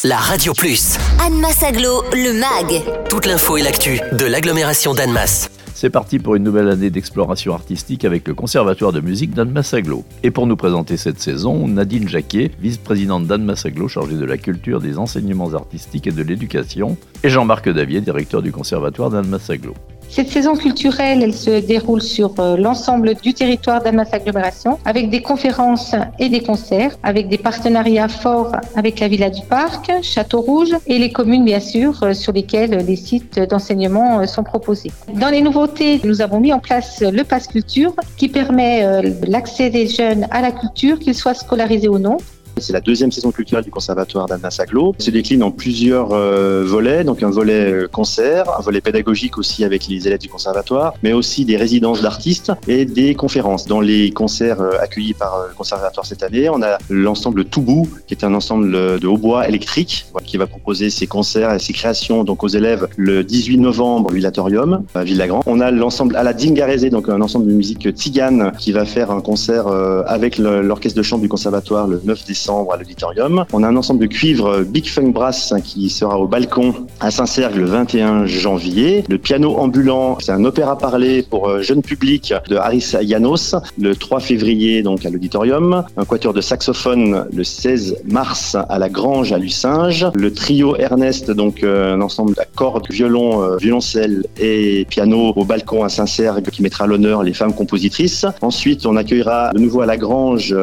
la Radio Plus. Annemasse Agglo, le MAG. Toute l'info et l'actu de l'agglomération d'Annemasse. C'est parti pour une nouvelle année d'exploration artistique avec le Conservatoire de musique d'Annemasse Agglo. Et pour nous présenter cette saison, Nadine Jacquet, vice-présidente d'Annemasse Agglo, chargée de la culture, des enseignements artistiques et de l'éducation, et Jean-Marc Davier, directeur du Conservatoire d'Annemasse Agglo. Cette saison culturelle, elle se déroule sur l'ensemble du territoire d'Annemasse Agglomération, avec des conférences et des concerts, avec des partenariats forts avec la Villa du Parc, Château-Rouge et les communes bien sûr, sur lesquelles les sites d'enseignement sont proposés. Dans les nouveautés, nous avons mis en place le Pass Culture qui permet l'accès des jeunes à la culture, qu'ils soient scolarisés ou non. C'est la deuxième saison culturelle du Conservatoire d'Annemasse Agglo. Se décline en plusieurs volets, donc un volet concert, un volet pédagogique aussi avec les élèves du Conservatoire, mais aussi des résidences d'artistes et des conférences. Dans les concerts accueillis par le Conservatoire cette année, on a l'ensemble Toubou, qui est un ensemble de hautbois électrique, qui va proposer ses concerts et ses créations donc aux élèves le 18 novembre au Villatorium à Villagrand. On a l'ensemble Aladine Garezé, donc un ensemble de musique tzigane, qui va faire un concert avec l'orchestre de chant du Conservatoire le 9 décembre à l'auditorium. On a un ensemble de cuivre Big Funk Brass qui sera au balcon à Saint-Cergue le 21 janvier. Le piano ambulant, c'est un opéra parlé pour jeune public de Haris Janos le 3 février donc à l'auditorium. Un quatuor de saxophone le 16 mars à la Grange à Lucinge. Le trio Ernest, donc un ensemble à cordes, violon, violoncelle et piano au balcon à Saint-Cergue qui mettra à l'honneur les femmes compositrices. Ensuite, on accueillera de nouveau à la Grange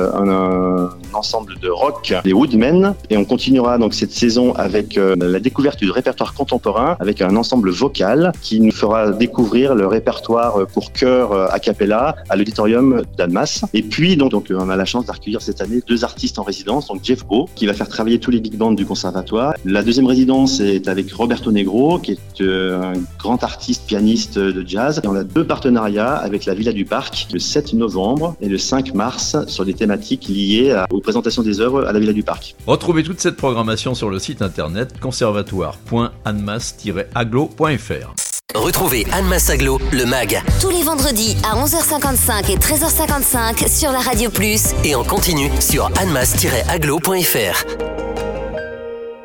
un ensemble de rock, des Woodmen, et on continuera donc cette saison avec la découverte du répertoire contemporain avec un ensemble vocal qui nous fera découvrir le répertoire pour chœur a cappella à l'auditorium d'Annemasse. Et puis donc on a la chance d'accueillir cette année deux artistes en résidence, donc Jeff Beau qui va faire travailler tous les big bands du conservatoire. La deuxième résidence est avec Roberto Negro qui est un grand artiste pianiste de jazz. Et on a deux partenariats avec la Villa du Parc le 7 novembre et le 5 mars sur des thématiques liées aux présentations des œuvres à la Villa du Parc. Retrouvez toute cette programmation sur le site internet conservatoire.annemasse-agglo.fr. Retrouvez Annemasse Agglo, le MAG. Tous les vendredis à 11h55 et 13h55 sur la Radio Plus. Et en continu sur annemasse-agglo.fr.